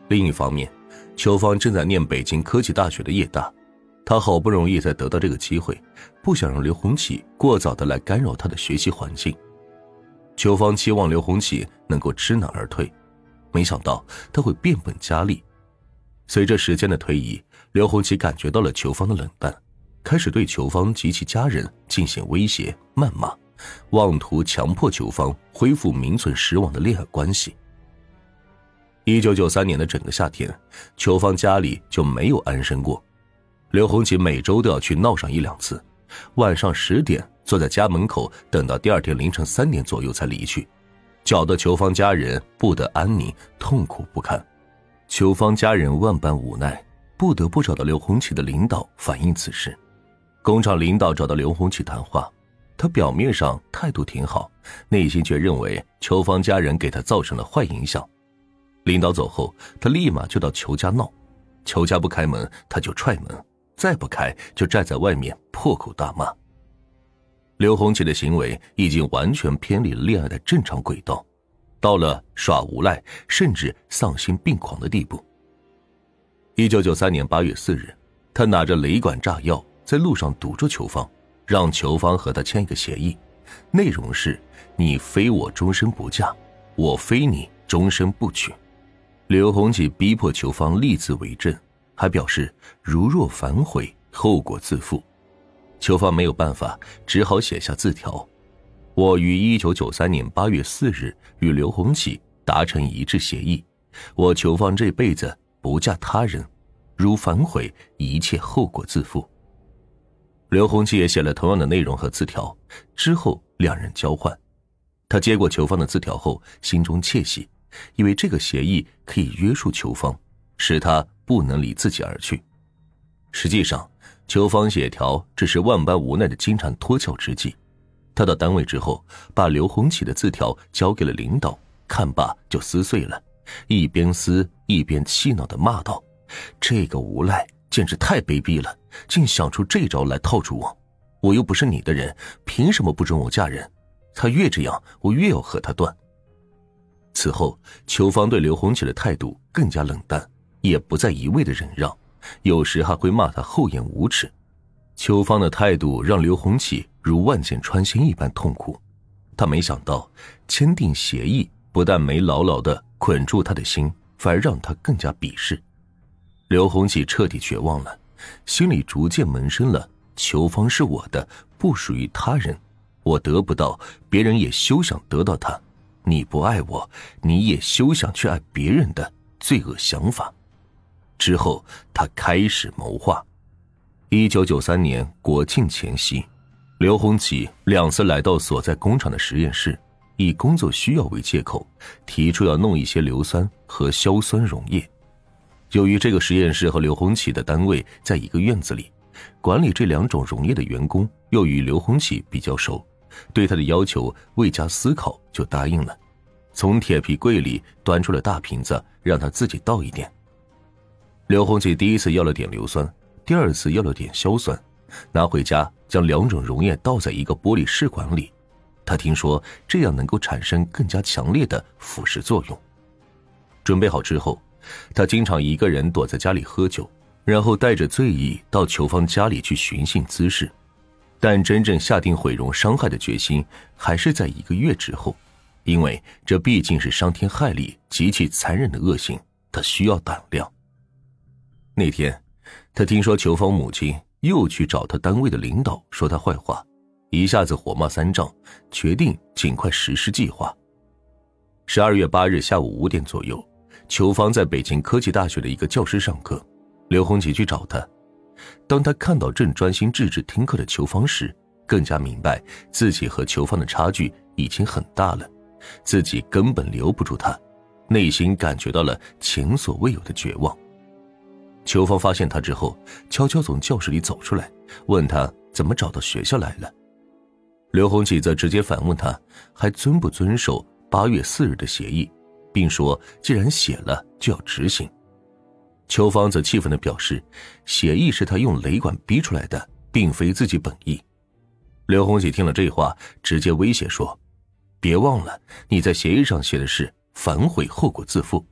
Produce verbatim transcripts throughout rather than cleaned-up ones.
另一方面，邱芳正在念北京科技大学的夜大，他好不容易才得到这个机会，不想让刘洪启过早的来干扰他的学习环境。邱芳期望刘洪启能够知难而退，没想到他会变本加厉。随着时间的推移，刘洪启感觉到了邱芳的冷淡，开始对邱芳及其家人进行威胁、谩骂，妄图强迫邱芳恢复名存实亡的恋爱关系。一九九三年的整个夏天，邱芳家里就没有安生过。刘洪启每周都要去闹上一两次，晚上十点坐在家门口等到第二天凌晨三点左右才离去，搅得邱芳家人不得安宁，痛苦不堪。邱芳家人万般无奈，不得不找到刘洪启的领导反映此事。工厂领导找到刘洪启谈话，他表面上态度挺好，内心却认为邱芳家人给他造成了坏影响。领导走后，他立马就到邱家闹，邱家不开门他就踹门，再不开就站在外面破口大骂。刘洪启的行为已经完全偏离了恋爱的正常轨道，到了耍无赖甚至丧心病狂的地步。一九九三年八月四日，他拿着雷管炸药在路上堵住邱芳，让邱芳和他签一个协议，内容是你非我终身不嫁，我非你终身不娶。刘洪启逼迫邱芳立字为证，还表示如若反悔，后果自负。邱芳没有办法，只好写下字条：我于一九九三年八月四日与刘洪启达成一致协议，我邱芳这辈子不嫁他人，如反悔，一切后果自负。刘洪启也写了同样的内容和字条，之后两人交换。他接过邱芳的字条后，心中窃喜，以为这个协议可以约束邱芳，使他不能离自己而去。实际上，邱芳写条只是万般无奈的金蝉脱壳之计。他到单位之后，把刘洪启的字条交给了领导，看罢就撕碎了，一边撕一边气恼地骂道：这个无赖简直太卑鄙了，竟想出这招来套住我，我又不是你的人，凭什么不准我嫁人？他越这样，我越要和他断。此后，邱芳对刘洪启的态度更加冷淡，也不再一味的忍让，有时还会骂他厚颜无耻。邱芳的态度让刘洪启如万箭穿心一般痛苦，他没想到签订协议不但没牢牢地捆住他的心，反而让他更加鄙视。刘洪启彻底绝望了，心里逐渐萌生了邱芳是我的，不属于他人，我得不到，别人也休想得到他，你不爱我，你也休想去爱别人的罪恶想法。之后他开始谋划。一九九三年国庆前夕，刘洪启两次来到所在工厂的实验室，以工作需要为借口，提出要弄一些硫酸和硝酸溶液。由于这个实验室和刘洪启的单位在一个院子里，管理这两种溶液的员工又与刘洪启比较熟，对他的要求未加思考就答应了，从铁皮柜里端出了大瓶子，让他自己倒一点。刘洪启第一次要了点硫酸，第二次要了点硝酸，拿回家将两种溶液倒在一个玻璃试管里，他听说这样能够产生更加强烈的腐蚀作用。准备好之后，他经常一个人躲在家里喝酒，然后带着醉意到邱芳家里去寻衅滋事。但真正下定毁容伤害的决心还是在一个月之后，因为这毕竟是伤天害理极其残忍的恶行，他需要胆量。那天他听说邱芳母亲又去找他单位的领导说他坏话，一下子火冒三丈，决定尽快实施计划。十二月八日下午五点左右，邱芳在北京科技大学的一个教室上课，刘洪启去找他。当他看到正专心致志听课的邱芳时，更加明白自己和邱芳的差距已经很大了，自己根本留不住他，内心感觉到了前所未有的绝望。邱芳发现他之后，悄悄从教室里走出来，问他怎么找到学校来了。刘洪启则直接反问他还遵不遵守八月四日的协议，并说既然写了就要执行。邱芳则气愤地表示，协议是他用雷管逼出来的，并非自己本意。刘洪启听了这话，直接威胁说，别忘了你在协议上写的是反悔后果自负，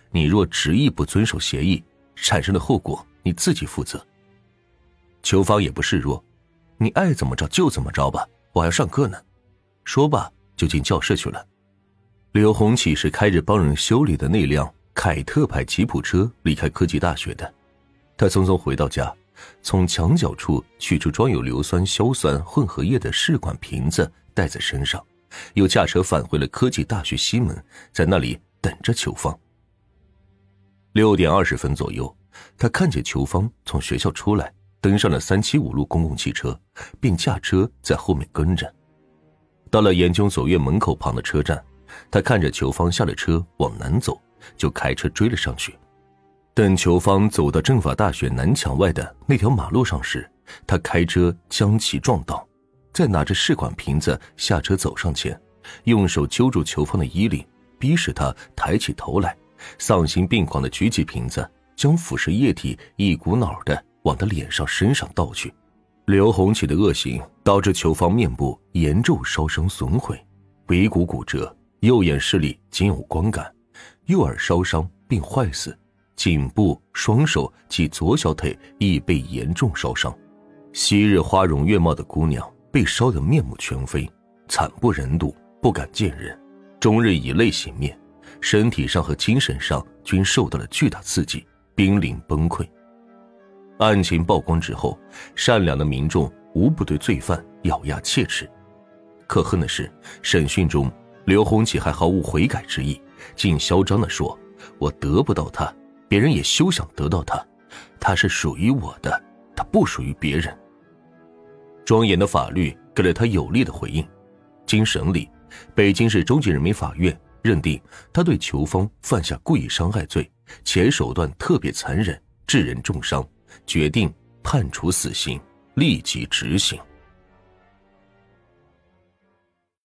你若执意不遵守协议，产生的后果你自己负责。裘芳也不示弱，你爱怎么着就怎么着吧，我还要上课呢。说罢就进教室去了。刘洪启是开着帮人修理的那辆凯特牌吉普车离开科技大学的。他匆匆回到家，从墙角处取出装有硫酸硝酸混合液的试管瓶子带在身上，又驾车返回了科技大学西门，在那里等着裘芳。六点二十分左右，他看见裘芳从学校出来，登上了三七五路公共汽车，并驾车在后面跟着。到了研究所院门口旁的车站，他看着裘芳下了车往南走，就开车追了上去。等裘芳走到政法大学南墙外的那条马路上时，他开车将其撞倒，再拿着试管瓶子下车走上前，用手揪住裘芳的衣领，逼使他抬起头来，丧心病狂地举起瓶子，将腐蚀液体一股脑地往他脸上身上倒去。刘洪启的恶行导致裘芳面部严重烧伤损毁，鼻骨骨折，右眼视力仅有光感，右耳烧伤并坏死，颈部、双手及左小腿亦被严重烧伤。昔日花容月貌的姑娘被烧得面目全非，惨不忍睹，不敢见人，终日以泪洗面，身体上和精神上均受到了巨大刺激，濒临崩溃。案情曝光之后，善良的民众无不对罪犯咬牙切齿。可恨的是，审讯中刘洪启还毫无悔改之意，竟嚣张地说，我得不到他，别人也休想得到他，他是属于我的，他不属于别人。庄严的法律给了他有力的回应。经审理，北京市中级人民法院认定他对裘芳犯下故意伤害罪，且手段特别残忍，致人重伤，决定判处死刑，立即执行。